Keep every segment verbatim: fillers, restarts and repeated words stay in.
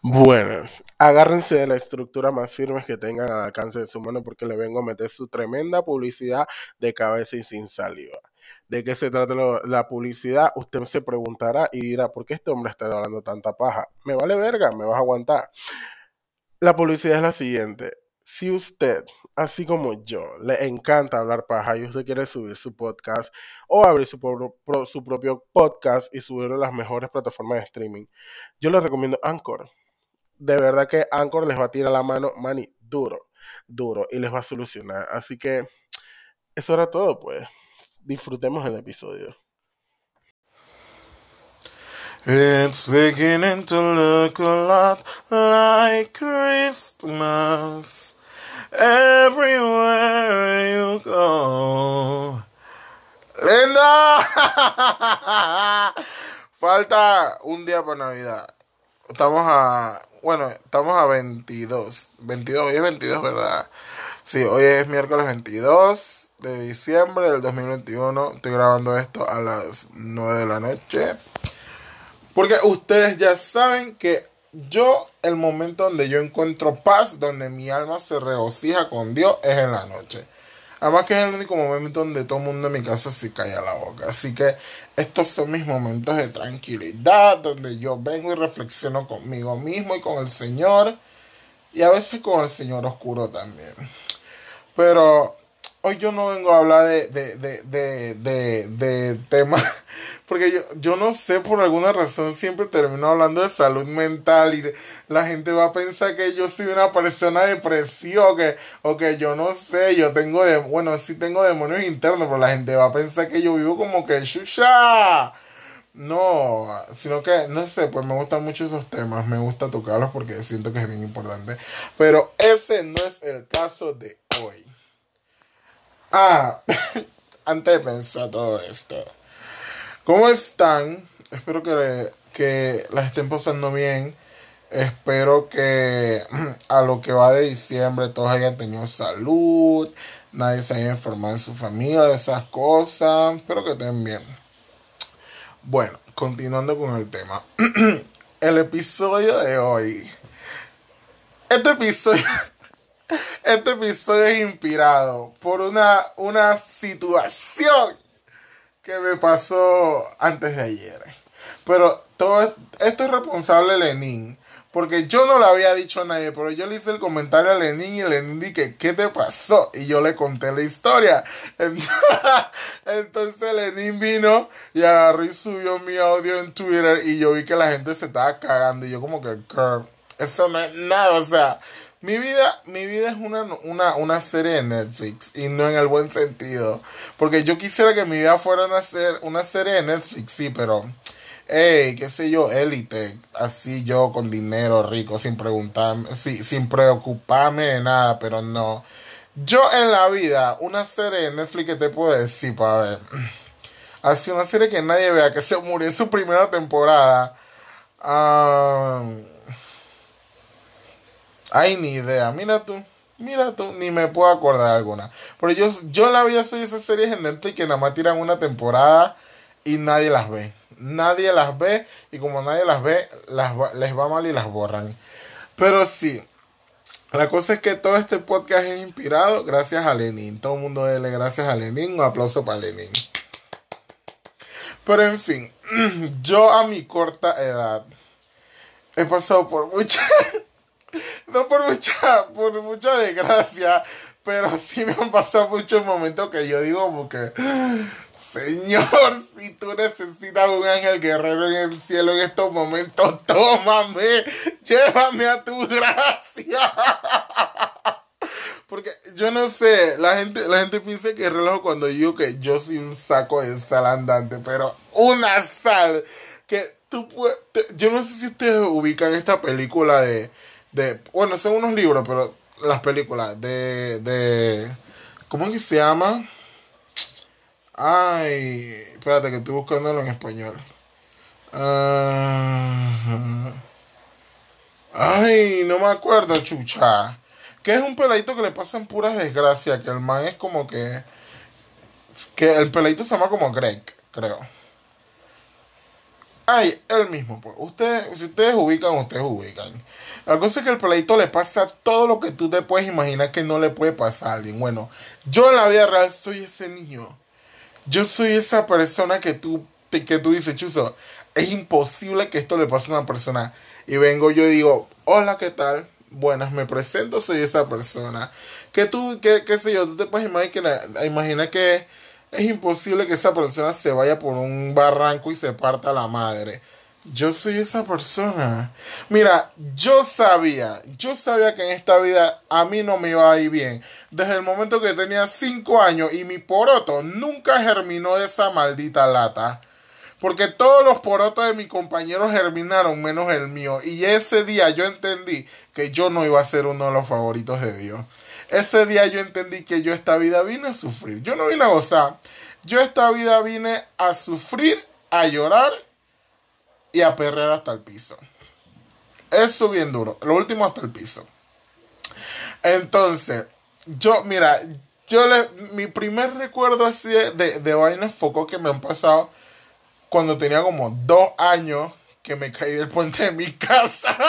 Buenas, agárrense de la estructura más firme que tengan al alcance de su mano porque le vengo a meter su tremenda publicidad de cabeza y sin saliva. ¿De qué se trata lo- la publicidad? Usted se preguntará y dirá, ¿por qué este hombre está hablando tanta paja? Me vale verga, me vas a aguantar. La publicidad es la siguiente. Si usted, así como yo, le encanta hablar paja y usted quiere subir su podcast o abrir su, pro- pro- su propio podcast y subirlo a las mejores plataformas de streaming, yo le recomiendo Anchor. De verdad que Anchor les va a tirar la mano, mani, duro, duro, y les va a solucionar. Así que eso era todo, pues. Disfrutemos el episodio. It's beginning to look a lot like Christmas everywhere you go. ¡Linda! Falta un día para Navidad. Estamos a... Bueno, estamos a veintidós. veintidós, hoy es veintidós, ¿verdad? Sí, hoy es miércoles veintidós de diciembre del dos mil veintiuno. Estoy grabando esto a las nueve de la noche. Porque ustedes ya saben que yo, el momento donde yo encuentro paz, donde mi alma se regocija con Dios, es en la noche. Además que es el único momento donde todo el mundo en mi casa se calla la boca. Así que estos son mis momentos de tranquilidad, donde yo vengo y reflexiono conmigo mismo y con el Señor. Y a veces con el Señor oscuro también. Pero hoy yo no vengo a hablar de, de, de, de, de, de temas, porque yo, yo no sé, por alguna razón siempre termino hablando de salud mental y la gente va a pensar que yo soy una persona depresiva o que, o que yo no sé, yo tengo, de, bueno, sí tengo demonios internos, pero la gente va a pensar que yo vivo como que ¡shusha! No, sino que, no sé, pues me gustan mucho esos temas, me gusta tocarlos porque siento que es bien importante, pero ese no es el caso de hoy. Ah, antes de pensar todo esto, ¿cómo están? Espero que, que las estén pasando bien. Espero que a lo que va de diciembre todos hayan tenido salud, nadie se haya enfermado en su familia, de esas cosas. Espero que estén bien. Bueno, continuando con el tema. El episodio de hoy. Este episodio... Este episodio es inspirado por una, una situación que me pasó antes de ayer. Pero todo esto es responsable de Lenin. Porque yo no le había dicho a nadie, pero yo le hice el comentario a Lenin y Lenin dije, ¿qué te pasó? Y yo le conté la historia. Entonces Lenin vino y agarró y subió mi audio en Twitter y yo vi que la gente se estaba cagando y yo como que, eso no es nada, o sea... Mi vida, mi vida es una, una, una serie de Netflix y no en el buen sentido. Porque yo quisiera que mi vida fuera una, ser, una serie de Netflix, sí, pero... Hey, qué sé yo, élite, así yo con dinero rico, sin preguntarme, sí, sin preocuparme de nada, pero no. Yo en la vida, una serie de Netflix que te puedo decir, para ver. Así una serie que nadie vea, que se murió en su primera temporada. Ah... Um, Ay, ni idea. Mira tú. Mira tú. Ni me puedo acordar de alguna. Pero yo, yo en la vida soy esas series en Netflix que nada más tiran una temporada y nadie las ve. Nadie las ve. Y como nadie las ve, las, les va mal y las borran. Pero sí. La cosa es que todo este podcast es inspirado gracias a Lenin. Todo el mundo dele gracias a Lenin. Un aplauso para Lenin. Pero en fin. Yo a mi corta edad he pasado por muchas... No por mucha, por mucha desgracia, pero sí me han pasado muchos momentos que yo digo como que, Señor, si tú necesitas un ángel guerrero en el cielo en estos momentos, tómame, llévame a tu gracia. Porque yo no sé, la gente, la gente piensa que es relajo cuando yo que yo soy un saco de sal andante, pero una sal que tú puedes, yo no sé si ustedes ubican esta película de de, bueno, son unos libros, pero las películas de, de, ¿cómo es que se llama? Ay, espérate que estoy buscándolo en español. Uh, ay, no me acuerdo, chucha. Que es un peladito que le pasan puras desgracias, que el man es como que, que el peladito se llama como Greg, creo. Ay, él mismo, pues. Ustedes, si ustedes ubican, ustedes ubican. La cosa es que el peladito le pasa todo lo que tú te puedes imaginar que no le puede pasar a alguien. Bueno, yo en la vida real soy ese niño. Yo soy esa persona que tú, que tú dices, Chuzo, es imposible que esto le pase a una persona. Y vengo yo y digo, hola, ¿qué tal? Buenas, me presento, soy esa persona. Que tú, que, qué sé yo, tú te puedes imaginar que, imaginar que es imposible que esa persona se vaya por un barranco y se parta la madre. Yo soy esa persona. Mira, yo sabía, yo sabía que en esta vida a mí no me iba a ir bien. Desde el momento que tenía cinco años y mi poroto nunca germinó de esa maldita lata. Porque todos los porotos de mis compañeros germinaron menos el mío. Y ese día yo entendí que yo no iba a ser uno de los favoritos de Dios. Ese día yo entendí que yo esta vida vine a sufrir. Yo no vine a gozar. Yo esta vida vine a sufrir, a llorar y a perrear hasta el piso. Eso bien duro. Lo último hasta el piso. Entonces, yo, mira, yo le, mi primer recuerdo así de, de, de vainas focos que me han pasado cuando tenía como dos años que me caí del puente de mi casa.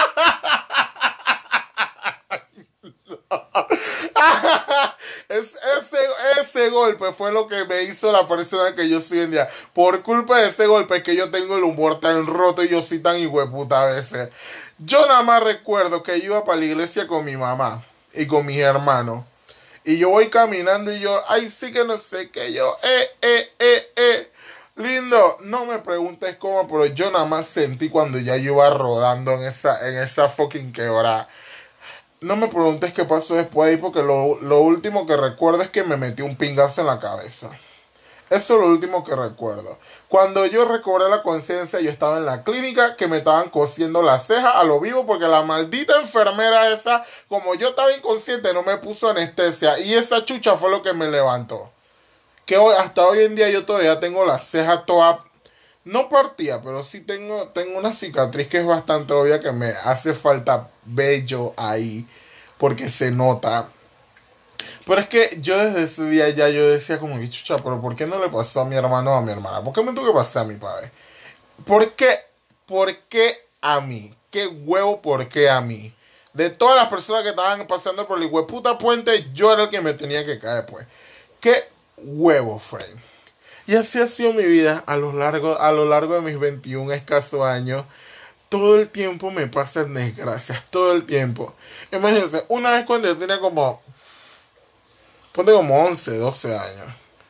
es, ese, ese golpe fue lo que me hizo la persona que yo soy hoy en día. Por culpa de ese golpe es que yo tengo el humor tan roto y yo soy tan hijueputa a veces. Yo nada más recuerdo que yo iba para la iglesia con mi mamá y con mis hermanos. Y yo voy caminando y yo, ay, sí que no sé qué, yo, eh, eh, eh, eh. Lindo, no me preguntes cómo, pero yo nada más sentí cuando ya yo iba rodando en esa, en esa fucking quebrada. No me preguntes qué pasó después ahí, porque lo, lo último que recuerdo es que me metí un pingazo en la cabeza. Eso es lo último que recuerdo. Cuando yo recobré la conciencia, yo estaba en la clínica, que me estaban cosiendo la ceja a lo vivo, porque la maldita enfermera esa, como yo estaba inconsciente, no me puso anestesia. Y esa chucha fue lo que me levantó. Que hoy, hasta hoy en día yo todavía tengo la ceja toda, no partida, pero sí tengo, tengo una cicatriz que es bastante obvia, que me hace falta vello ahí, porque se nota. Pero es que yo desde ese día ya yo decía como que chucha, pero ¿por qué no le pasó a mi hermano o a mi hermana? ¿Por qué me tuvo que pasar a mi padre? ¿Por qué? ¿Por qué a mí? ¿Qué huevo por qué a mí? De todas las personas que estaban pasando por el hueputa puente, yo era el que me tenía que caer, pues. ¿Qué huevo, friend? Y así ha sido mi vida a lo largo, a lo largo de mis veintiún escasos años. Todo el tiempo me pasan desgracias, todo el tiempo. Imagínense, una vez cuando yo tenía como, ponte como once, doce años.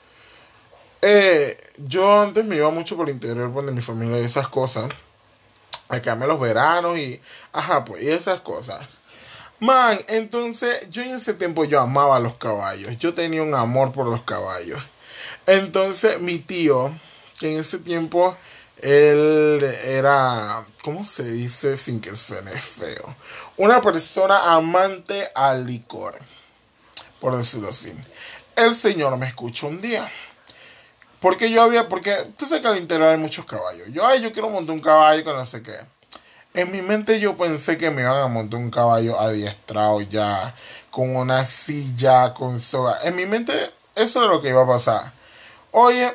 Eh, yo antes me iba mucho por el interior pues, de mi familia y esas cosas. A quedarme los veranos y, ajá, pues, y esas cosas. Man, entonces, yo en ese tiempo yo amaba los caballos. Yo tenía un amor por los caballos. Entonces, mi tío, que en ese tiempo, él era, ¿cómo se dice sin que suene feo? Una persona amante al licor, por decirlo así. El señor me escuchó un día. Porque yo había, porque tú sabes que al interior hay muchos caballos. Yo, ay, yo quiero montar un caballo que no sé qué. En mi mente yo pensé que me iban a montar un caballo adiestrado ya, con una silla, con soga. En mi mente eso era lo que iba a pasar. Oye,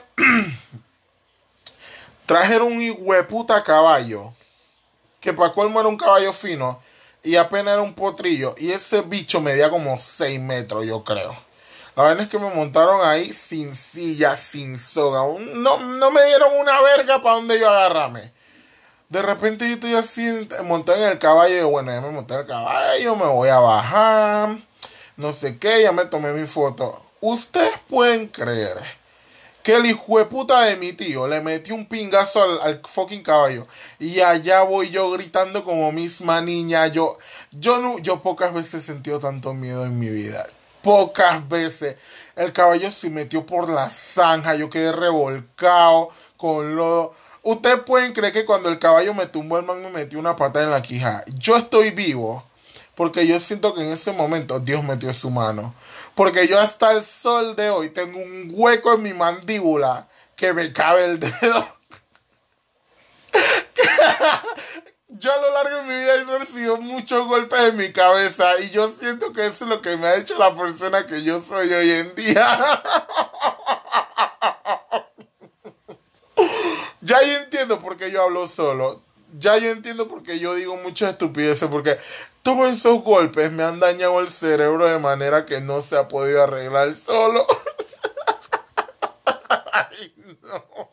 trajeron un hueputa caballo, que para colmo era un caballo fino, y apenas era un potrillo, y ese bicho medía como seis metros, yo creo. La verdad es que me montaron ahí sin silla, sin soga. No, no me dieron una verga para donde yo agarrarme. De repente yo estoy así, montado en el caballo, y bueno, ya me monté en el caballo, me voy a bajar, no sé qué, ya me tomé mi foto. Ustedes pueden creer que el hijo de puta de mi tío le metió un pingazo al, al fucking caballo. Y allá voy yo gritando como misma niña. Yo, yo, no, yo pocas veces he sentido tanto miedo en mi vida. Pocas veces. El caballo se metió por la zanja. Yo quedé revolcado con lodo. Ustedes pueden creer que cuando el caballo me tumbó, el man me metió una patada en la quija. Yo estoy vivo porque yo siento que en ese momento Dios metió su mano. Porque yo hasta el sol de hoy tengo un hueco en mi mandíbula que me cabe el dedo. Yo a lo largo de mi vida he recibido muchos golpes en mi cabeza y yo siento que eso es lo que me ha hecho la persona que yo soy hoy en día. Ya yo entiendo. entiendo por qué yo hablo solo. Ya yo entiendo por qué yo digo muchas estupideces, porque todos esos golpes me han dañado el cerebro de manera que no se ha podido arreglar solo. Ay, no.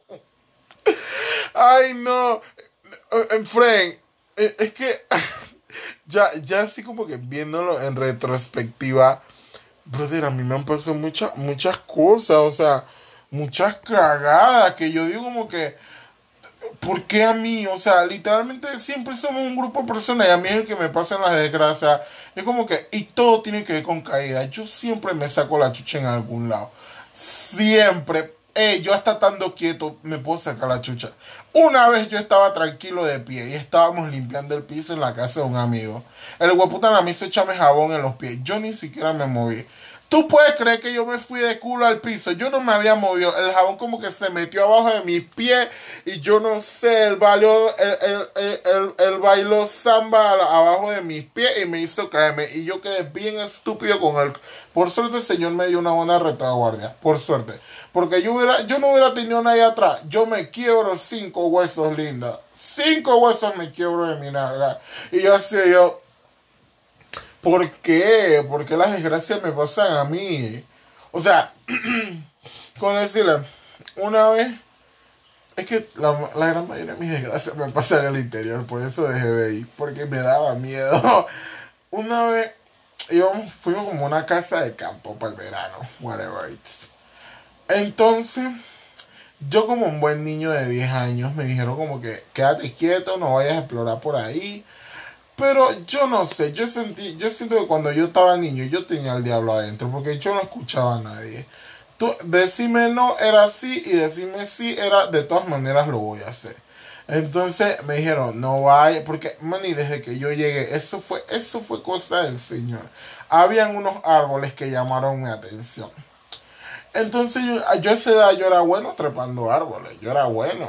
Ay, no. Frank, es que ya, ya así como que viéndolo en retrospectiva, brother, a mí me han pasado muchas, muchas cosas, o sea, muchas cagadas que yo digo como que, ¿por qué a mí? O sea, literalmente siempre somos un grupo de personas y a mí es el que me pasan las desgracias. Es como que, y todo tiene que ver con caída. Yo siempre me saco la chucha en algún lado. Siempre. Eh, yo hasta estando quieto me puedo sacar la chucha. Una vez yo estaba tranquilo de pie y estábamos limpiando el piso en la casa de un amigo. El hueputa me hizo echarme jabón en los pies. Yo ni siquiera me moví. Tú puedes creer que yo me fui de culo al piso. Yo no me había movido. El jabón como que se metió abajo de mis pies. Y yo no sé, el bailó, el, el, el, el, el bailó samba abajo de mis pies y me hizo caerme. Y yo quedé bien estúpido con él. Por suerte el señor me dio una buena retaguardia. Por suerte. Porque yo, hubiera, yo no hubiera tenido nadie atrás. Yo me quiebro cinco huesos, linda. Cinco huesos me quiebro de mi nalga. Y yo así, yo... ¿Por qué? ¿Por qué las desgracias me pasan a mí? O sea, con decirle, una vez, es que la, la gran mayoría de mis desgracias me pasan en el interior, por eso dejé de ir, porque me daba miedo. Una vez, íbamos, fuimos como a una casa de campo para el verano, whatever it's. Entonces, yo como un buen niño de diez años, me dijeron como que, quédate quieto, no vayas a explorar por ahí. Pero yo no sé, yo sentí, yo siento que cuando yo estaba niño yo tenía al diablo adentro, porque yo no escuchaba a nadie. Tú, decime no era así y decime sí era de todas maneras lo voy a hacer. Entonces me dijeron, no vaya, porque man, y desde que yo llegué, eso fue, eso fue cosa del Señor. Habían unos árboles que llamaron mi atención. Entonces yo, yo a esa edad yo era bueno trepando árboles, yo era bueno.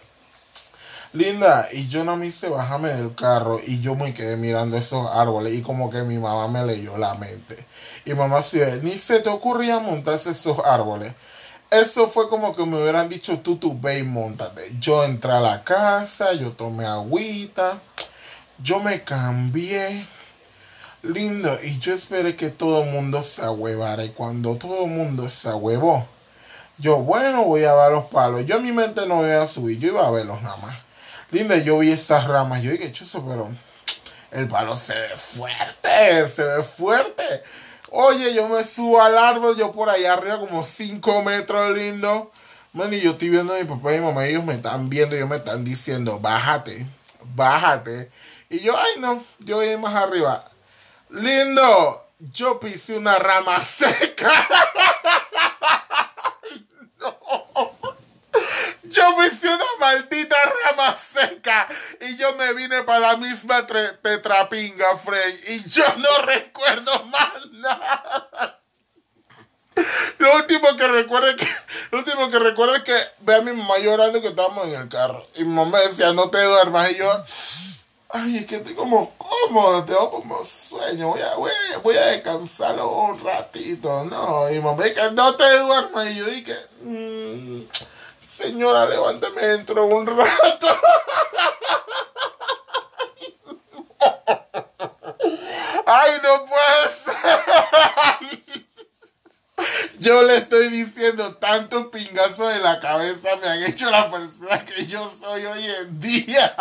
Linda, y yo no me hice bajarme del carro y yo me quedé mirando esos árboles y como que mi mamá me leyó la mente. Y mamá se ni se te ocurría montarse esos árboles. Eso fue como que me hubieran dicho tú, tú ve y montate. Yo entré a la casa, yo tomé agüita, yo me cambié. Lindo, y yo esperé que todo el mundo se ahuevara. Y cuando todo el mundo se ahuevó, yo, bueno, voy a ver los palos. Yo en mi mente no iba a subir, yo iba a verlos nada más. Linda, yo vi esas ramas, yo dije, chuzo, pero el palo se ve fuerte, se ve fuerte. Oye, yo me subo al árbol, yo por allá arriba como cinco metros, lindo. Man, y yo estoy viendo a mi papá y mi mamá, ellos me están viendo, ellos me están diciendo, bájate, bájate. Y yo, ay no, yo voy más arriba. Lindo, yo pisé una rama seca. No. Yo pisé una maldita rama seca y yo me vine para la misma tetrapinga, Frey, y yo no recuerdo más nada. Lo último que recuerdo es que, lo último que recuerdo es que ve a mi mamá llorando que estábamos en el carro. Y mi mamá decía, no te duermas. Y yo, ay, es que estoy como cómodo, tengo como sueño, voy a, voy a, voy a descansarlo un ratito. No, y mi mamá dice, no te duermas. Y yo dije, mmm, señora, levántame dentro de un rato. Ay, no puede ser. Yo le estoy diciendo, tantos pingazos en la cabeza me han hecho la persona que yo soy hoy en día.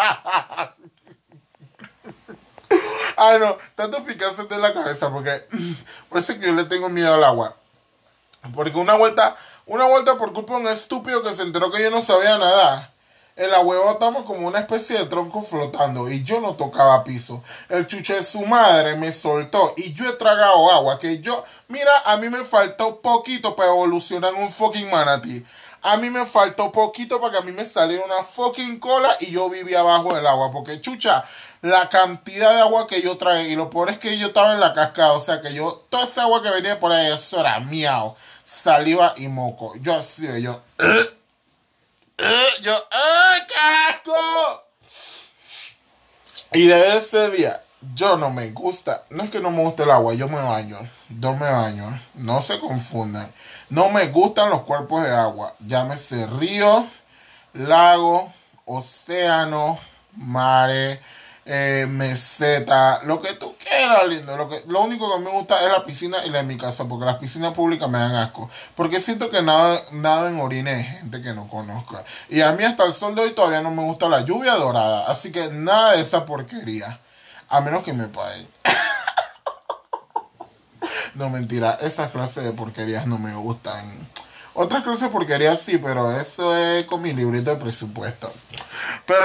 Ah, no, tantos pingazos en la cabeza, porque por eso es que yo le tengo miedo al agua. Porque una vuelta, una vuelta por culpa de un estúpido que se enteró que yo no sabía nadar. En la hueva estamos como una especie de tronco flotando y yo no tocaba piso. El chucho de su madre me soltó y yo he tragado agua. Que yo, mira, a mí me faltó poquito para evolucionar en un fucking manatí. A mí me faltó poquito para que a mí me saliera una fucking cola y yo vivía abajo del agua. Porque chucha, la cantidad de agua que yo tragué, y lo peor es que yo estaba en la cascada. O sea que yo, toda esa agua que venía por ahí, eso era miau, saliva y moco. Yo así, yo... Yo, ¡ay, qué asco! Y desde ese día, yo no me gusta, no es que no me guste el agua, yo me baño, yo me baño, no se confundan. No me gustan los cuerpos de agua, llámese río, lago, océano, mares, eh, meseta, lo que tú quieras, lindo. Lo, que, lo único que me gusta es la piscina y la de mi casa, porque las piscinas públicas me dan asco. Porque siento que nada, nada en orines de gente que no conozca. Y a mí hasta el sol de hoy todavía no me gusta la lluvia dorada. Así que nada de esa porquería. A menos que me paguen. No, mentira, esas clases de porquerías no me gustan. Otras clases de porquerías sí, pero eso es con mi librito de presupuesto. Pero...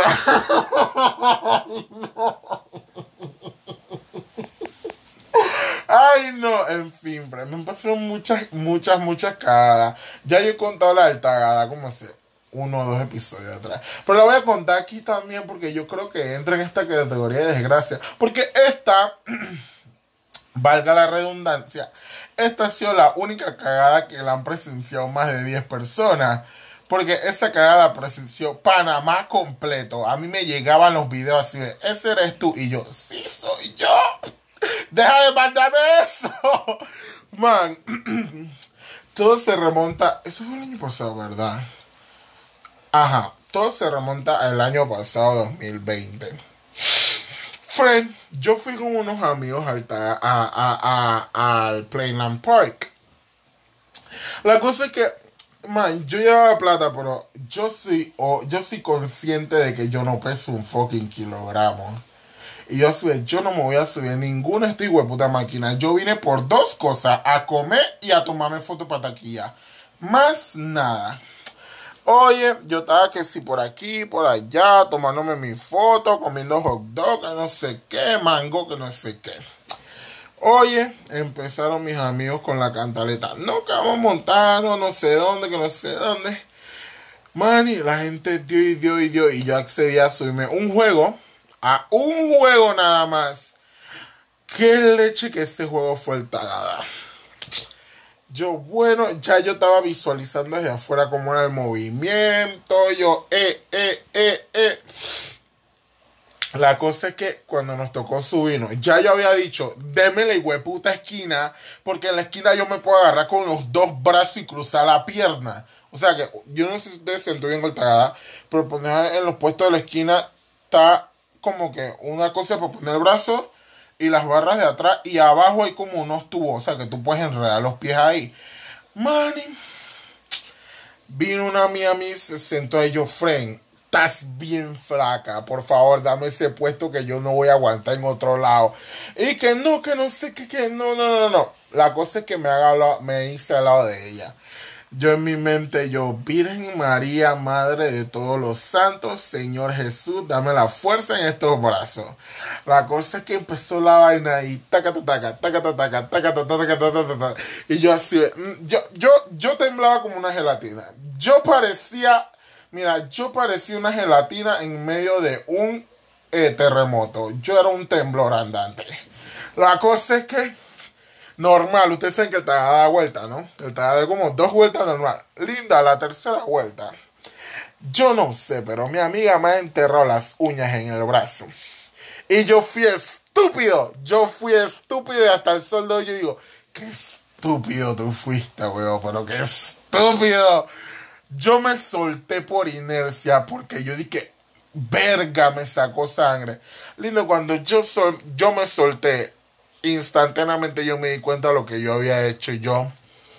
Ay, no, en fin, me han pasado muchas, muchas, muchas cagadas. Ya yo he contado la del tagada, como hace uno o dos episodios atrás. Pero la voy a contar aquí también porque yo creo que entra en esta categoría de desgracia. Porque esta... Valga la redundancia, esta ha sido la única cagada que la han presenciado más de diez personas. Porque esa cagada la presenció Panamá completo. A mí me llegaban los videos así de, ese eres tú. Y yo, sí, soy yo. Deja de mandarme eso. Man, todo se remonta. Eso fue el año pasado, ¿verdad? Ajá, todo se remonta al año pasado, dos mil veinte. Friend, yo fui con unos amigos al, a, a, a, al Playland Park. La cosa es que, man, yo llevaba plata, pero yo soy, oh, yo soy consciente de que yo no peso un fucking kilogramo. Y yo soy, yo no me voy a subir ninguna esta hueputa máquina. Yo vine por dos cosas, a comer y a tomarme foto para taquilla. Más nada. Oye, yo estaba que si por aquí, por allá, tomándome mi foto, comiendo hot dog, que no sé qué, mango, que no sé qué. Oye, empezaron mis amigos con la cantaleta. No, que vamos a montarnos, no sé dónde, que no sé dónde. Man, y la gente dio y dio y dio. Y yo accedí a subirme un juego, a un juego nada más. Qué leche que ese juego fue el tagada. Yo, bueno, ya yo estaba visualizando desde afuera cómo era el movimiento. Yo, eh, eh, eh, eh. La cosa es que cuando nos tocó subirnos, ya yo había dicho, déme la hueputa esquina, porque en la esquina yo me puedo agarrar con los dos brazos y cruzar la pierna. O sea que, yo no sé si ustedes se estuvieron bien colgada, pero poner en los puestos de la esquina está como que una cosa para poner el brazo y las barras de atrás, y abajo hay como unos tubos, o sea que tú puedes enredar los pies ahí. Manny, vino una amiga a mí, se sentó ahí, yo, friend, estás bien flaca, por favor, dame ese puesto que yo no voy a aguantar en otro lado. Y que no, que no sé, que, que no, no, no, no. La cosa es que me, haga, me hice al lado de ella. Yo en mi mente, yo, Virgen María, Madre de todos los santos, Señor Jesús, dame la fuerza en estos brazos. La cosa es que empezó la vaina y taca, taca, taca, taca, taca, taca, taca, taca, taca, y yo así, yo, yo, yo temblaba como una gelatina. Yo parecía, mira, yo parecía una gelatina en medio de un eh, terremoto. Yo era un temblor andante. La cosa es que normal, ustedes saben que el tagada da vuelta, ¿no? El tagada da como dos vueltas normal. Linda, la tercera vuelta. Yo no sé, pero mi amiga me ha enterrado las uñas en el brazo. Y yo fui estúpido. Yo fui estúpido y hasta el sol de hoy yo digo, qué estúpido tú fuiste, weón, pero qué estúpido. Yo me solté por inercia porque yo dije, verga, me sacó sangre. Lindo, cuando yo, sol, yo me solté, instantáneamente yo me di cuenta de lo que yo había hecho. Y yo,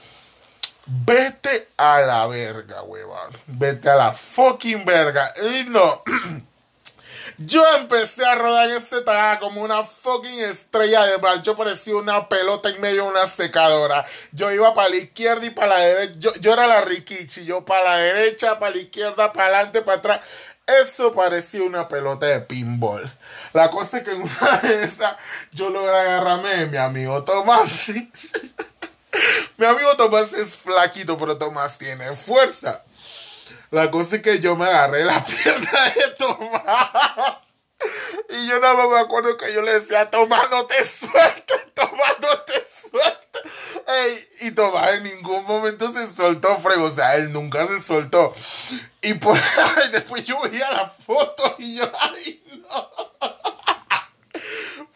vete a la verga, huevón. Vete a la fucking verga. Y no, yo empecé a rodar en ese tagada como una fucking estrella de mar. Yo parecía una pelota en medio de una secadora. Yo iba para la izquierda y para la derecha. Yo, yo era la Rikichi. Yo para la derecha, para la izquierda, para adelante, para atrás. Eso parecía una pelota de pinball. La cosa es que en una de esas yo logré agarrarme de mi amigo Tomás. Mi amigo Tomás es flaquito, pero Tomás tiene fuerza. La cosa es que yo me agarré la pierna de Tomás. Y yo nada más me acuerdo que yo le decía, Tomás, no te sueltes, Tomás, no te sueltes. Ey, y Tomás en ningún momento se soltó, frego. O sea, él nunca se soltó. Y por ahí después yo veía la foto y yo, ay, no.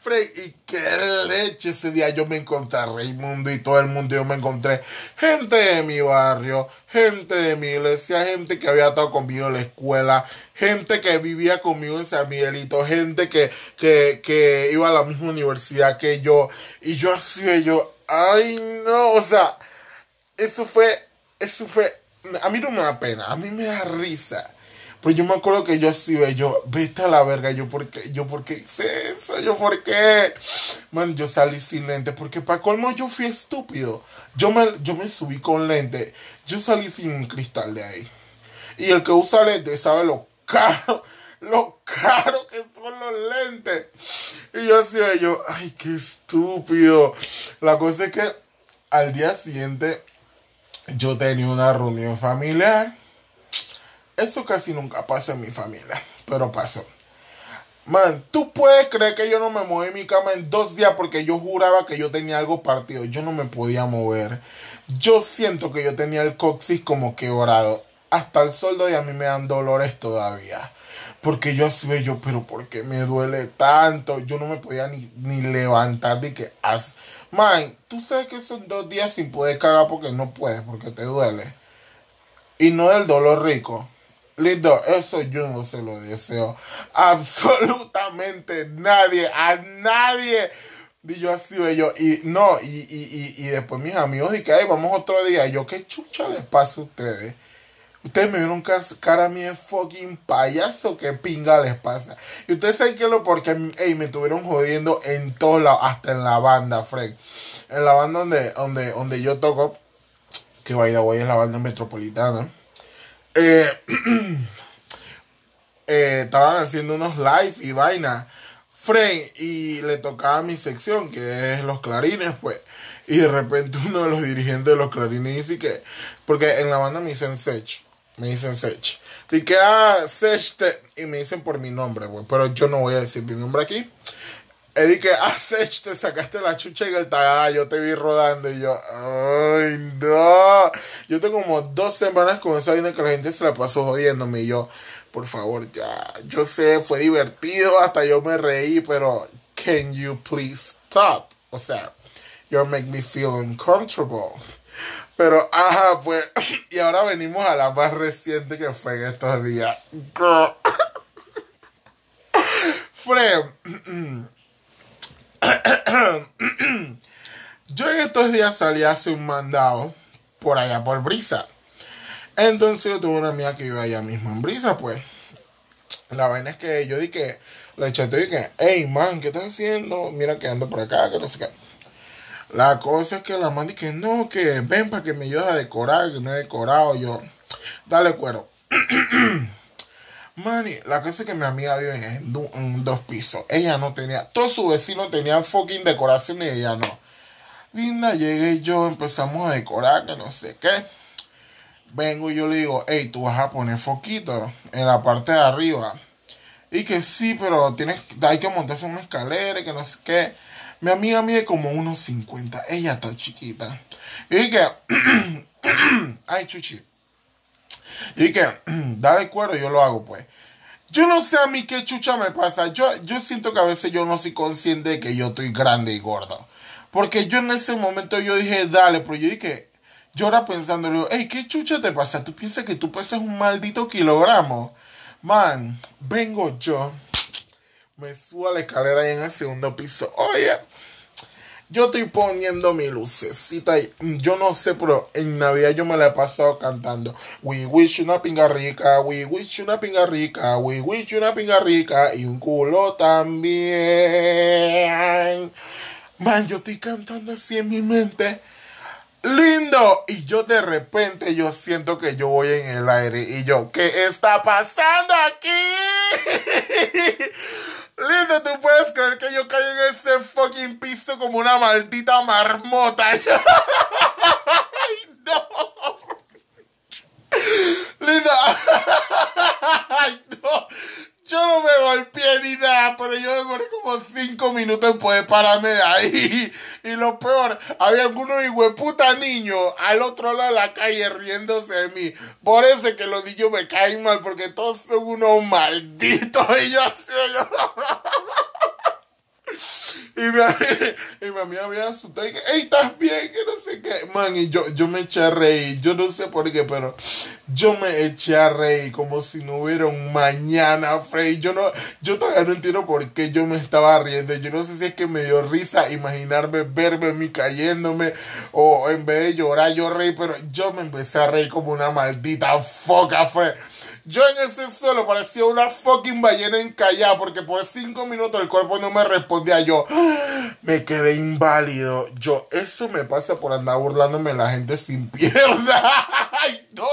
Frey, y qué leche ese día yo me encontré a Raimundo y todo el mundo, yo me encontré gente de mi barrio, gente de mi iglesia, gente que había estado conmigo en la escuela, gente que vivía conmigo en San Miguelito, gente que, que, que iba a la misma universidad que yo, y yo así, yo, ay no, o sea, eso fue, eso fue, a mí no me da pena, a mí me da risa. Pues yo me acuerdo que yo así, ve, yo, vete a la verga, yo, ¿por qué? Yo, ¿por qué hice eso? Yo, ¿por qué? Man, yo salí sin lente, porque para colmo yo fui estúpido. Yo me, yo me subí con lente, yo salí sin un cristal de ahí. Y el que usa lente sabe lo caro, lo caro que son los lentes. Y yo así, ve, yo, ay, qué estúpido. La cosa es que al día siguiente yo tenía una reunión familiar. Eso casi nunca pasa en mi familia, pero pasó. Man, tú puedes creer que yo no me moví en mi cama en dos días porque yo juraba que yo tenía algo partido. Yo no me podía mover. Yo siento que yo tenía el coxis como quebrado. Hasta el sol de hoy a mí me dan dolores todavía. Porque yo así veo yo, pero ¿por qué me duele tanto? Yo no me podía ni, ni levantar de que... As... Man, tú sabes que son dos días sin poder cagar porque no puedes, porque te duele. Y no del dolor rico. Lindo, eso yo no se lo deseo absolutamente nadie, a nadie. Y yo así veo yo, y no, y, y, y, y después mis amigos dicen que ay, vamos otro día. Y yo, ¿qué chucha les pasa a ustedes? Ustedes me vieron cara a mí de fucking payaso, ¿qué pinga les pasa? Y ustedes saben que lo porque hey, me estuvieron jodiendo en todos lados, hasta en la banda, Frank. En la banda donde, donde, donde yo toco, que vaya voy en la banda metropolitana. Eh, eh, estaban haciendo unos live y vaina, Frank, y le tocaba mi sección, que es los clarines, pues. Y de repente uno de los dirigentes de los clarines dice que, porque en la banda me dicen Sech, me dicen Sech, y que ah, Sech, te, y me dicen por mi nombre, pues, pero yo no voy a decir mi nombre aquí. Y dije, ah, Sech, te sacaste la chucha en el tagada, yo te vi rodando, y yo, ay, no. Yo tengo como dos semanas con esa vaina que la gente se la pasó jodiéndome, y yo, por favor, ya, yo sé, fue divertido, hasta yo me reí, pero, can you please stop? O sea, you make me feel uncomfortable. Pero, ajá, pues, y ahora venimos a la más reciente que fue en estos días. Fred, yo en estos días salí a hacer un mandado por allá por Brisa. Entonces yo tuve una amiga que iba allá mismo en Brisa, pues. La vaina es que yo dije, le chateé y dije, hey man, ¿qué estás haciendo? Mira que ando por acá, que no sé qué. La cosa es que la man dije, no, que ven para que me ayudes a decorar, que no he decorado. Yo, dale cuero. Mani, la cosa es que mi amiga vive en, en, en dos pisos. Ella no tenía, todos sus vecinos tenían fucking decoración y ella no. Linda, llegué yo, empezamos a decorar, que no sé qué. Vengo y yo le digo, hey, tú vas a poner foquito en la parte de arriba. Y que sí, pero tienes, hay que montarse una escalera y que no sé qué. Mi amiga mide como unos cincuenta. Ella está chiquita. Y que, ay, chuchi. Y que, dale cuero, yo lo hago, pues. Yo no sé a mí qué chucha me pasa. Yo, yo siento que a veces yo no soy consciente de que yo estoy grande y gordo. Porque yo en ese momento yo dije, dale, pero yo dije, yo ahora pensando, le digo, hey, ¿qué chucha te pasa? ¿Tú piensas que tú pesas un maldito kilogramo? Man, vengo yo, me subo a la escalera ahí en el segundo piso. Oye, yo estoy poniendo mi lucecita y yo no sé, pero en Navidad yo me la he pasado cantando. We wish you una pinga rica, we wish you una pinga rica, we wish you una pinga rica y un culo también. Man, yo estoy cantando así en mi mente. Lindo, y yo de repente yo siento que yo voy en el aire y yo, ¿qué está pasando aquí? Lindo, tú puedes creer que yo caí en ese fucking piso como una maldita marmota. Ay, no. Lindo, ay, no. Yo no me golpeé ni nada, pero yo demoré como cinco minutos en poder pararme de ahí. Y lo peor, había algunos hijueputa niños al otro lado de la calle riéndose de mí. Por eso es que los niños me caen mal, porque todos son unos malditos. Y yo así, yo... Y mi, y mi amiga me asustó y que, ey, ¿estás bien? Que no sé qué. Man, y yo, yo me eché a reír. Yo no sé por qué, pero yo me eché a reír como si no hubiera un mañana, Frey. Yo no, yo todavía no entiendo por qué yo me estaba riendo. Yo no sé si es que me dio risa imaginarme, verme a mí cayéndome, o en vez de llorar, yo reí, pero yo me empecé a reír como una maldita foca, Frey. Yo en ese solo parecía una fucking ballena encallada porque por cinco minutos el cuerpo no me respondía. Yo me quedé inválido. Yo, eso me pasa por andar burlándome de la gente sin pierna. ¡Ay, no!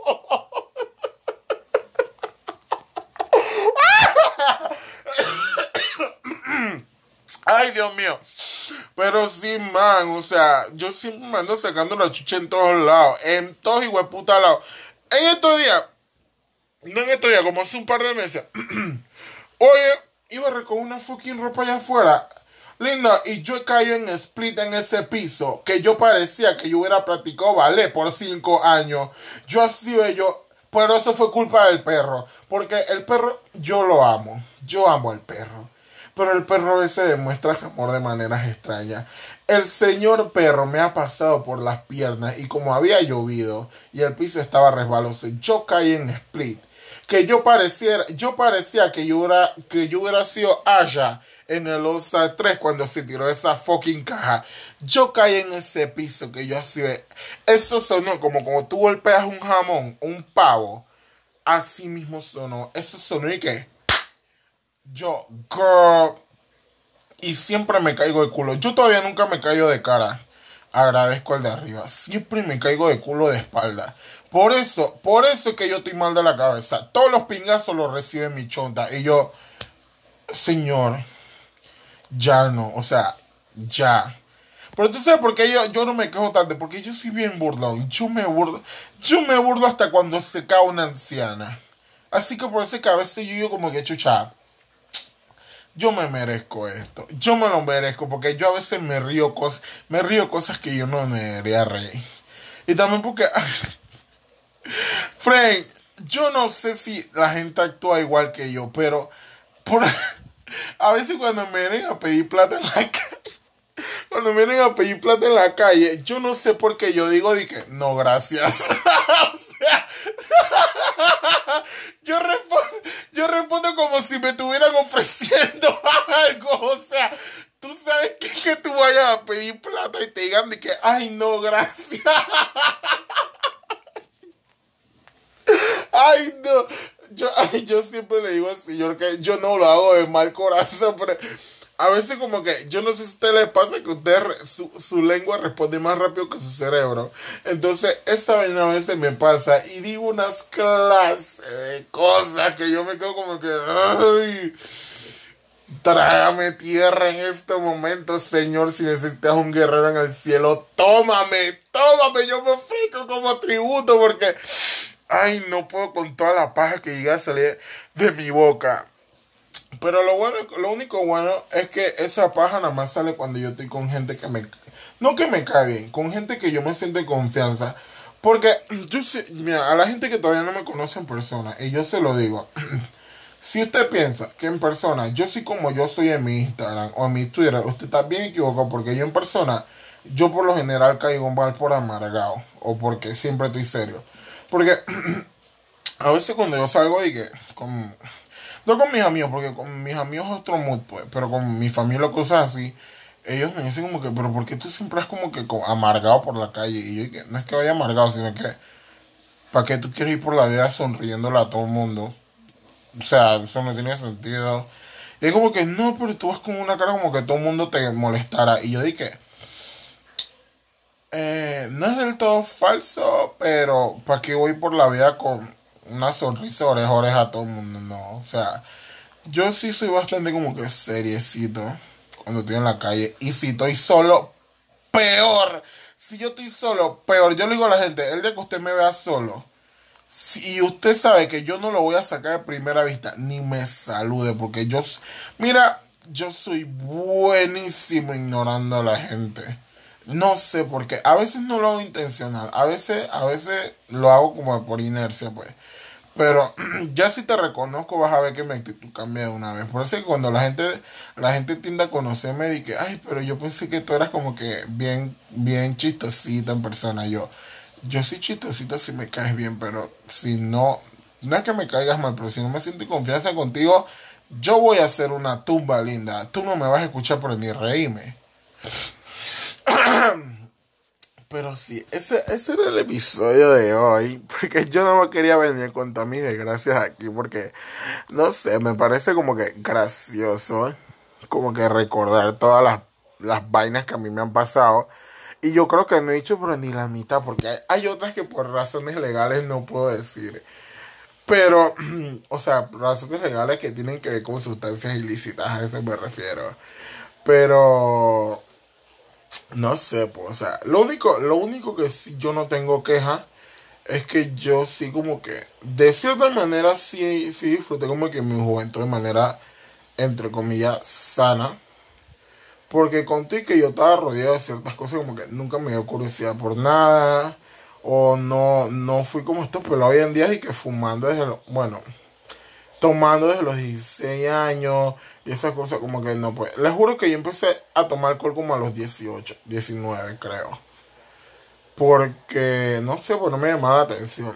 Ay, Dios mío. Pero sí, man, o sea, yo siempre me ando sacando la chucha en todos lados. En todos y hueputa lados. En estos días... No en estos días, como hace un par de meses. Oye, iba a recoger una fucking ropa allá afuera. Linda, y yo he caído en split en ese piso. Que yo parecía que yo hubiera practicado ballet por cinco años. Yo así yo. Pero eso fue culpa del perro. Porque el perro, yo lo amo. Yo amo al perro. Pero el perro a veces demuestra ese amor de maneras extrañas. El señor perro me ha pasado por las piernas. Y como había llovido y el piso estaba resbaloso, yo caí en split. Que yo pareciera, yo parecía que yo hubiera, que yo hubiera sido Aya en el All-Star tres cuando se tiró esa fucking caja. Yo caí en ese piso que yo así, eso sonó como cuando tú golpeas un jamón, un pavo. Así mismo sonó. Eso sonó y que yo, girl, y siempre me caigo de culo. Yo todavía nunca me caigo de cara. Agradezco al de arriba. Siempre me caigo de culo de espalda. Por eso, por eso es que yo estoy mal de la cabeza. Todos los pingazos los recibe mi chonta. Y yo, señor, ya no. O sea, ya. Pero tú sabes por qué yo, yo no me quejo tanto. Porque yo soy bien burlón. Yo me burlo. Yo me burlo hasta cuando se cae una anciana. Así que por eso es que a veces yo digo como que chucha. Yo me merezco esto. Yo me lo merezco porque yo a veces me río cosas, me río cosas que yo no me debería reír. Y también porque, Frank, yo no sé si la gente actúa igual que yo, pero por, a veces cuando me vienen a pedir plata en la calle, cuando me vienen a pedir plata en la calle, yo no sé por qué yo digo de que no, gracias. O sea, yo respondo, yo respondo como si me estuvieran ofreciendo algo. O sea, tú sabes que, que tú vayas a pedir plata y te digan de que, ay, no, gracias. Ay, no. Yo, ay, yo siempre le digo al señor que yo no lo hago de mal corazón, pero a veces como que, yo no sé si a usted le pasa que usted, su, su lengua responde más rápido que su cerebro. Entonces, esa vaina a veces me pasa y digo unas clases de cosas que yo me quedo como que, ay, trágame tierra en este momento, señor, si necesitas un guerrero en el cielo, tómame, tómame, yo me ofrezco como tributo porque, ay, no puedo con toda la paja que llega a salir de mi boca. Pero lo bueno, lo único bueno es que esa paja nada más sale cuando yo estoy con gente que me... No que me cae bien, con gente que yo me siento en confianza. Porque yo sé, mira, a la gente que todavía no me conoce en persona, y yo se lo digo, si usted piensa que en persona yo soy como yo soy en mi Instagram o en mi Twitter, usted está bien equivocado porque yo en persona, yo por lo general caigo mal por amargado o porque siempre estoy serio. Porque a veces cuando yo salgo y que... Con, no con mis amigos, porque con mis amigos es otro mood, pues, pero con mi familia o cosas así, ellos me dicen como que, pero ¿por qué tú siempre es como que amargado por la calle? Y yo, que no es que vaya amargado, sino que, ¿para qué tú quieres ir por la vida sonriéndole a todo el mundo? O sea, eso no tiene sentido. Y es como que, no, pero tú vas con una cara como que todo el mundo te molestara. Y yo dije, eh, no es del todo falso, pero ¿para qué voy por la vida con una sonrisa oreja a oreja a todo el mundo? No, o sea, yo sí soy bastante como que seriecito cuando estoy en la calle. Y si estoy solo, peor. Si yo estoy solo, peor. Yo le digo a la gente, el día que usted me vea solo, si usted sabe que yo no lo voy a sacar de primera vista, ni me salude, porque yo, mira, yo soy buenísimo ignorando a la gente. No sé por qué. A veces no lo hago intencional. A veces, a veces lo hago como por inercia, pues. Pero ya si te reconozco vas a ver que mi actitud cambia de una vez. Por eso es que cuando la gente, la gente tiende a conocerme y que, ay, pero yo pensé que tú eras como que bien, bien chistosita en persona. Yo, yo soy chistosita si me caes bien, pero si no, no es que me caigas mal, pero si no me siento en confianza contigo, yo voy a hacer una tumba linda. Tú no me vas a escuchar por ni reírme. Pero sí, ese, ese era el episodio de hoy. Porque yo no me quería venir con todas mis desgracias aquí. Porque, no sé, me parece como que gracioso. Como que recordar todas las, las vainas que a mí me han pasado. Y yo creo que no he dicho pero ni la mitad. Porque hay, hay otras que por razones legales no puedo decir. Pero, o sea, razones legales que tienen que ver con sustancias ilícitas. A eso me refiero. Pero... no sé, pues, o sea, lo único, lo único que sí yo no tengo queja es que yo sí como que, de cierta manera, sí, sí disfruté como que mi juventud de manera, entre comillas, sana. Porque conté que yo estaba rodeado de ciertas cosas como que nunca me dio curiosidad por nada. O no, no fui como estos pero hoy en día y que fumando desde, lo, bueno, tomando desde los dieciséis años y esas cosas como que no pues. Les juro que yo empecé a tomar alcohol como a los dieciocho, diecinueve creo. Porque, no sé, pues no me llamaba la atención.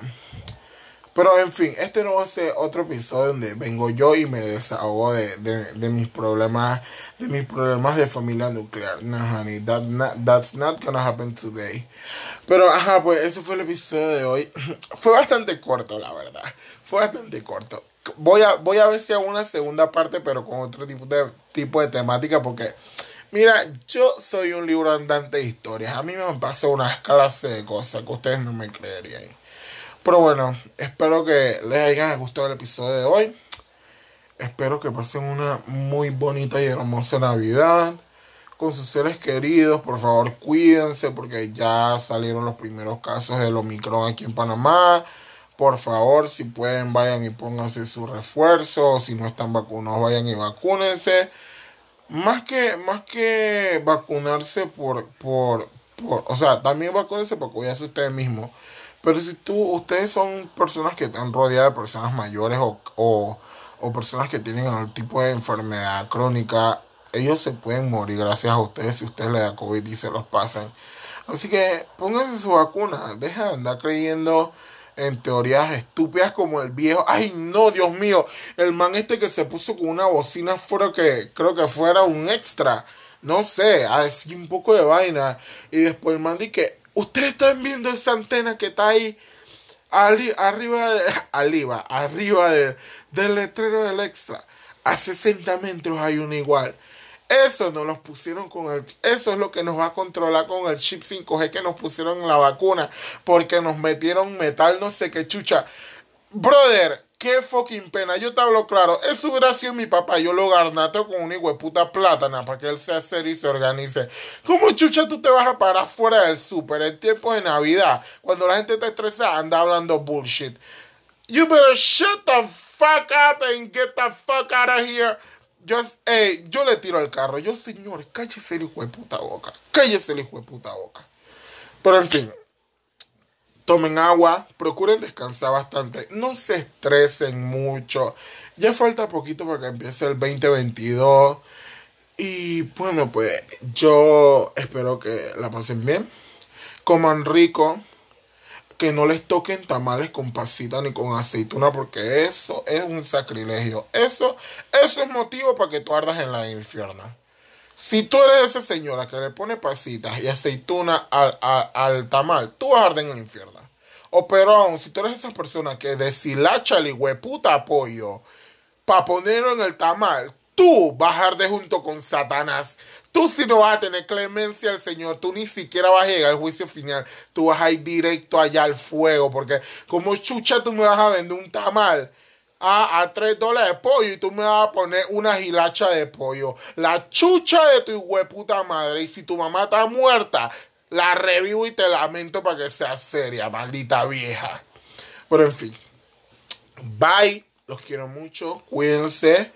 Pero en fin, este no va a ser otro episodio donde vengo yo y me desahogo de, de, de mis problemas, de mis problemas de familia nuclear. No, honey, that not, that's not gonna happen today. Pero, ajá, pues ese fue el episodio de hoy. Fue bastante corto, la verdad. Fue bastante corto. Voy a, voy a ver si hago una segunda parte, pero con otro tipo de, tipo de temática, porque, mira, yo soy un libro andante de historias. A mí me han pasado unas clases de cosas que ustedes no me creerían. Pero bueno, espero que les haya gustado el episodio de hoy. Espero que pasen una muy bonita y hermosa Navidad con sus seres queridos. Por favor, cuídense porque ya salieron los primeros casos del Omicron aquí en Panamá. Por favor, si pueden, vayan y pónganse su refuerzo. Si no están vacunados, vayan y vacúnense. Más que, más que vacunarse por, por, por, o sea, también vacúnense para cuidarse ustedes mismos. Pero si tú, ustedes son personas que están rodeadas de personas mayores o, o, o personas que tienen algún tipo de enfermedad crónica, ellos se pueden morir gracias a ustedes si ustedes le da COVID y se los pasan. Así que pónganse su vacuna, deja de andar creyendo en teorías estúpidas como el viejo. Ay no, Dios mío, el man este que se puso con una bocina fuera que creo que fuera un extra. No sé, a decir un poco de vaina. Y después el man dice que ustedes están viendo esa antena que está ahí arri arriba, de, arriba, arriba de, del letrero del extra. A sesenta metros hay uno igual. Eso nos los pusieron con el... Eso es lo que nos va a controlar con el chip cinco G que nos pusieron en la vacuna. Porque nos metieron metal no sé qué chucha. Brother, qué fucking pena. Yo te hablo claro. Eso hubiera sido mi papá. Yo lo garnateo con una hijueputa plátana para que él sea serio y se organice. ¿Cómo chucha tú te vas a parar fuera del súper en tiempo de Navidad? Cuando la gente está estresada, anda hablando bullshit. You better shut the fuck up and get the fuck out of here. Just, hey, yo le tiro al carro. Yo, señor, cállese el hijo de puta boca. Cállese el hijo de puta boca. Pero en fin. Tomen agua, procuren descansar bastante, no se estresen mucho. Ya falta poquito para que empiece el veinte veintidós. Y bueno, pues yo espero que la pasen bien. Coman rico. Que no les toquen tamales con pasita ni con aceituna porque eso es un sacrilegio. Eso, eso es motivo para que tú ardas en la infierno. Si tú eres esa señora que le pone pasitas y aceituna al, al, al tamal, tú vas a arder en el infierno. O pero aún, si tú eres esa persona que deshilacha el hueputa pollo para ponerlo en el tamal, tú vas a arder junto con Satanás. Tú si no vas a tener clemencia al Señor, tú ni siquiera vas a llegar al juicio final. Tú vas a ir directo allá al fuego, porque como chucha tú me vas a vender un tamal a, a tres dólares de pollo y tú me vas a poner una hilacha de pollo. La chucha de tu hueputa madre. Y si tu mamá está muerta, la revivo y te lamento para que sea seria, maldita vieja. Pero en fin. Bye. Los quiero mucho. Cuídense.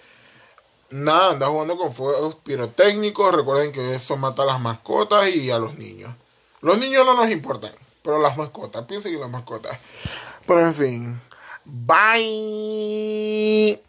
Nada, anda jugando con fuegos pirotécnicos. Recuerden que eso mata a las mascotas y a los niños. Los niños no nos importan, pero las mascotas. Piensen en las mascotas. Pero en fin. Bye.